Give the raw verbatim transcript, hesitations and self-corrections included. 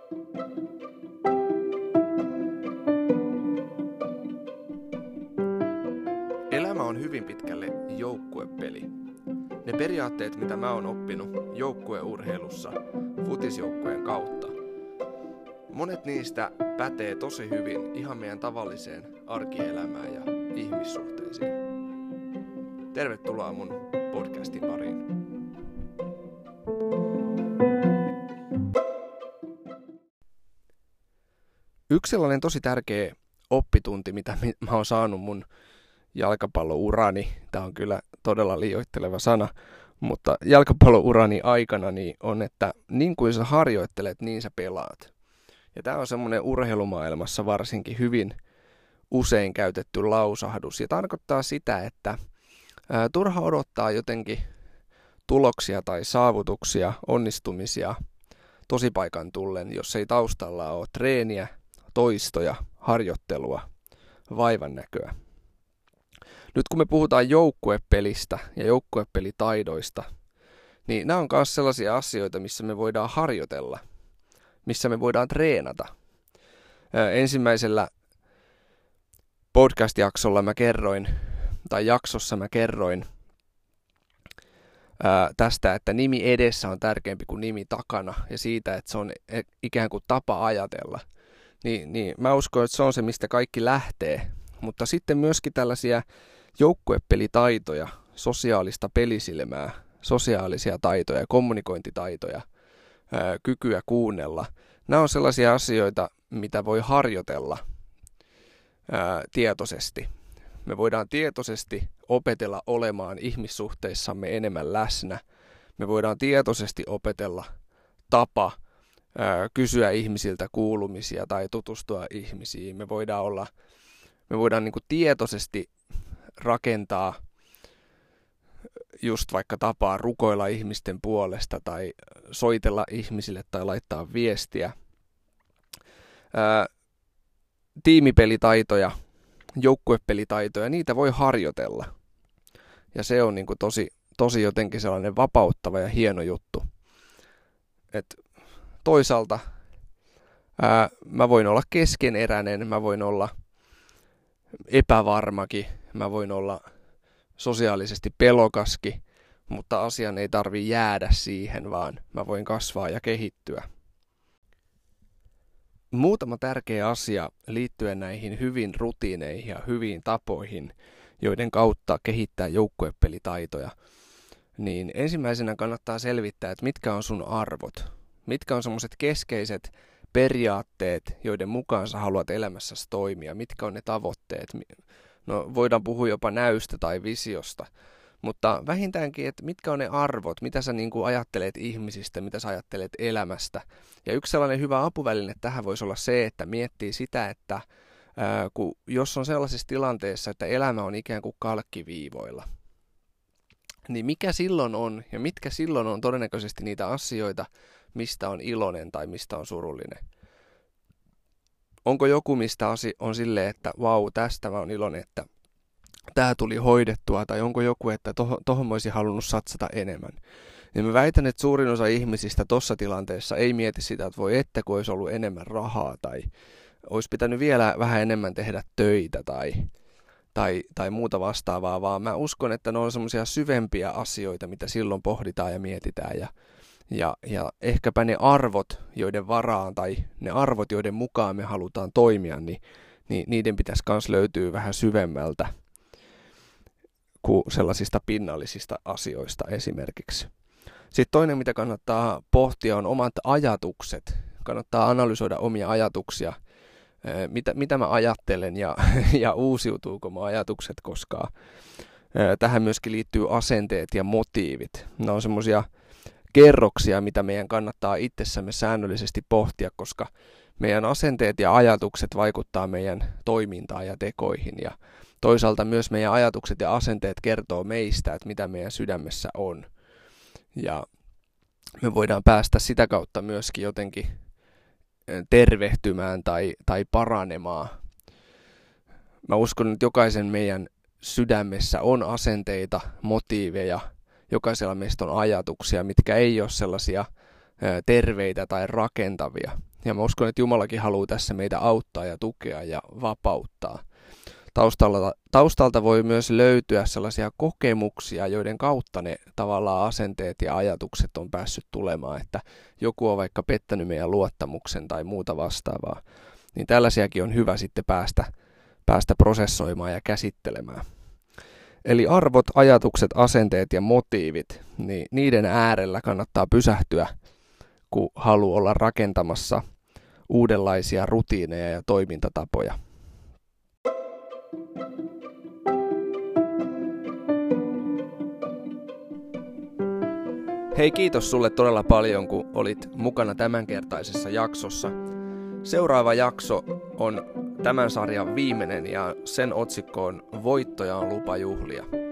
Elämä on hyvin pitkälle joukkuepeli. Ne periaatteet, mitä mä oon oppinut joukkueurheilussa futisjoukkueen kautta, monet niistä pätee tosi hyvin ihan meidän tavalliseen arkielämään ja ihmissuhteisiin. Tervetuloa mun podcastin pariin. Yksi sellainen tosi tärkeä oppitunti, mitä mä oon saanut mun jalkapallourani, tää on kyllä todella liioitteleva sana, mutta jalkapallourani aikana niin on, että niin kuin sä harjoittelet, niin sä pelaat. Ja tää on semmoinen urheilumaailmassa varsinkin hyvin usein käytetty lausahdus. Ja tarkoittaa sitä, että ää, turha odottaa jotenkin tuloksia tai saavutuksia, onnistumisia tosipaikan tullen, jos ei taustalla ole treeniä, toistoja, harjoittelua, vaivannäköä. Nyt kun me puhutaan joukkuepelistä ja joukkuepelitaidoista, niin nämä on myös sellaisia asioita, missä me voidaan harjoitella, missä me voidaan treenata. Ensimmäisellä podcast-jaksolla mä kerroin, tai jaksossa mä kerroin ää, tästä, että nimi edessä on tärkeämpi kuin nimi takana, ja siitä, että se on ikään kuin tapa ajatella. Niin, niin mä uskon, että se on se, mistä kaikki lähtee. Mutta sitten myöskin tällaisia joukkuepelitaitoja, sosiaalista pelisilmää, sosiaalisia taitoja, kommunikointitaitoja, ää, kykyä kuunnella. Nämä on sellaisia asioita, mitä voi harjoitella ää, tietoisesti. Me voidaan tietoisesti opetella olemaan ihmissuhteissamme enemmän läsnä. Me voidaan tietoisesti opetella tapa ää, kysyä ihmisiltä kuulumisia tai tutustua ihmisiin. Me voidaan olla Me voidaan niin kuin tietoisesti rakentaa just vaikka tapaa rukoilla ihmisten puolesta tai soitella ihmisille tai laittaa viestiä. Ää, tiimipelitaitoja, joukkuepelitaitoja, niitä voi harjoitella. Ja se on niin kuin tosi, tosi jotenkin sellainen vapauttava ja hieno juttu. Et toisaalta ää, mä voin olla keskeneräinen, mä voin olla epävarmakin, mä voin olla sosiaalisesti pelokaskin, mutta asian ei tarvi jäädä siihen, vaan mä voin kasvaa ja kehittyä. Muutama tärkeä asia liittyen näihin hyvin rutiineihin ja hyviin tapoihin, joiden kautta kehittää joukkuepelitaitoja. Niin ensimmäisenä kannattaa selvittää, että mitkä on sun arvot, mitkä on semmoiset keskeiset periaatteet, joiden mukaan sä haluat elämässäsi toimia, mitkä on ne tavoitteet. No, voidaan puhua jopa näystä tai visiosta, mutta vähintäänkin, että mitkä on ne arvot, mitä sä niin kuin ajattelet ihmisistä, mitä sä ajattelet elämästä. Ja yksi sellainen hyvä apuväline tähän voisi olla se, että miettii sitä, että ää, kun, jos on sellaisessa tilanteessa, että elämä on ikään kuin kalkkiviivoilla, niin mikä silloin on ja mitkä silloin on todennäköisesti niitä asioita, mistä on iloinen tai mistä on surullinen. Onko joku, mistä on silleen, että vau, tästä mä oon iloinen, että tää tuli hoidettua, tai onko joku, että tohon, tohon mä olisin halunnut satsata enemmän. Ja mä väitän, että suurin osa ihmisistä tossa tilanteessa ei mieti sitä, että voi että kun olisi ollut enemmän rahaa, tai olisi pitänyt vielä vähän enemmän tehdä töitä, tai, tai, tai muuta vastaavaa, vaan mä uskon, että ne on semmoisia syvempiä asioita, mitä silloin pohditaan ja mietitään, ja Ja, ja ehkäpä ne arvot, joiden varaan tai ne arvot, joiden mukaan me halutaan toimia, niin, niin niiden pitäisi myös löytyä vähän syvemmältä kuin sellaisista pinnallisista asioista esimerkiksi. Sitten toinen, mitä kannattaa pohtia, on omat ajatukset. Kannattaa analysoida omia ajatuksia, mitä, mitä mä ajattelen ja, ja uusiutuuko mä ajatukset, koska tähän myöskin liittyy asenteet ja motiivit. Nämä on semmoisia kerroksia, mitä meidän kannattaa itsessämme säännöllisesti pohtia, koska meidän asenteet ja ajatukset vaikuttaa meidän toimintaan ja tekoihin. Ja toisaalta myös meidän ajatukset ja asenteet kertoo meistä, että mitä meidän sydämessä on. Ja me voidaan päästä sitä kautta myöskin jotenkin tervehtymään tai, tai paranemaan. Mä uskon, että jokaisen meidän sydämessä on asenteita, motiiveja, jokaisella meistä on ajatuksia, mitkä ei ole sellaisia terveitä tai rakentavia. Ja mä uskon, että Jumalakin haluaa tässä meitä auttaa ja tukea ja vapauttaa. Taustalta, taustalta voi myös löytyä sellaisia kokemuksia, joiden kautta ne tavallaan asenteet ja ajatukset on päässyt tulemaan, että joku on vaikka pettänyt meidän luottamuksen tai muuta vastaavaa. Niin tällaisiakin on hyvä sitten päästä, päästä prosessoimaan ja käsittelemään. Eli arvot, ajatukset, asenteet ja motiivit, niin niiden äärellä kannattaa pysähtyä, kun haluaa olla rakentamassa uudenlaisia rutiineja ja toimintatapoja. Hei, kiitos sulle todella paljon, kun olit mukana tämänkertaisessa jaksossa. Seuraava jakso on tämän sarjan viimeinen ja sen otsikko on Voittoja on lupa juhlia.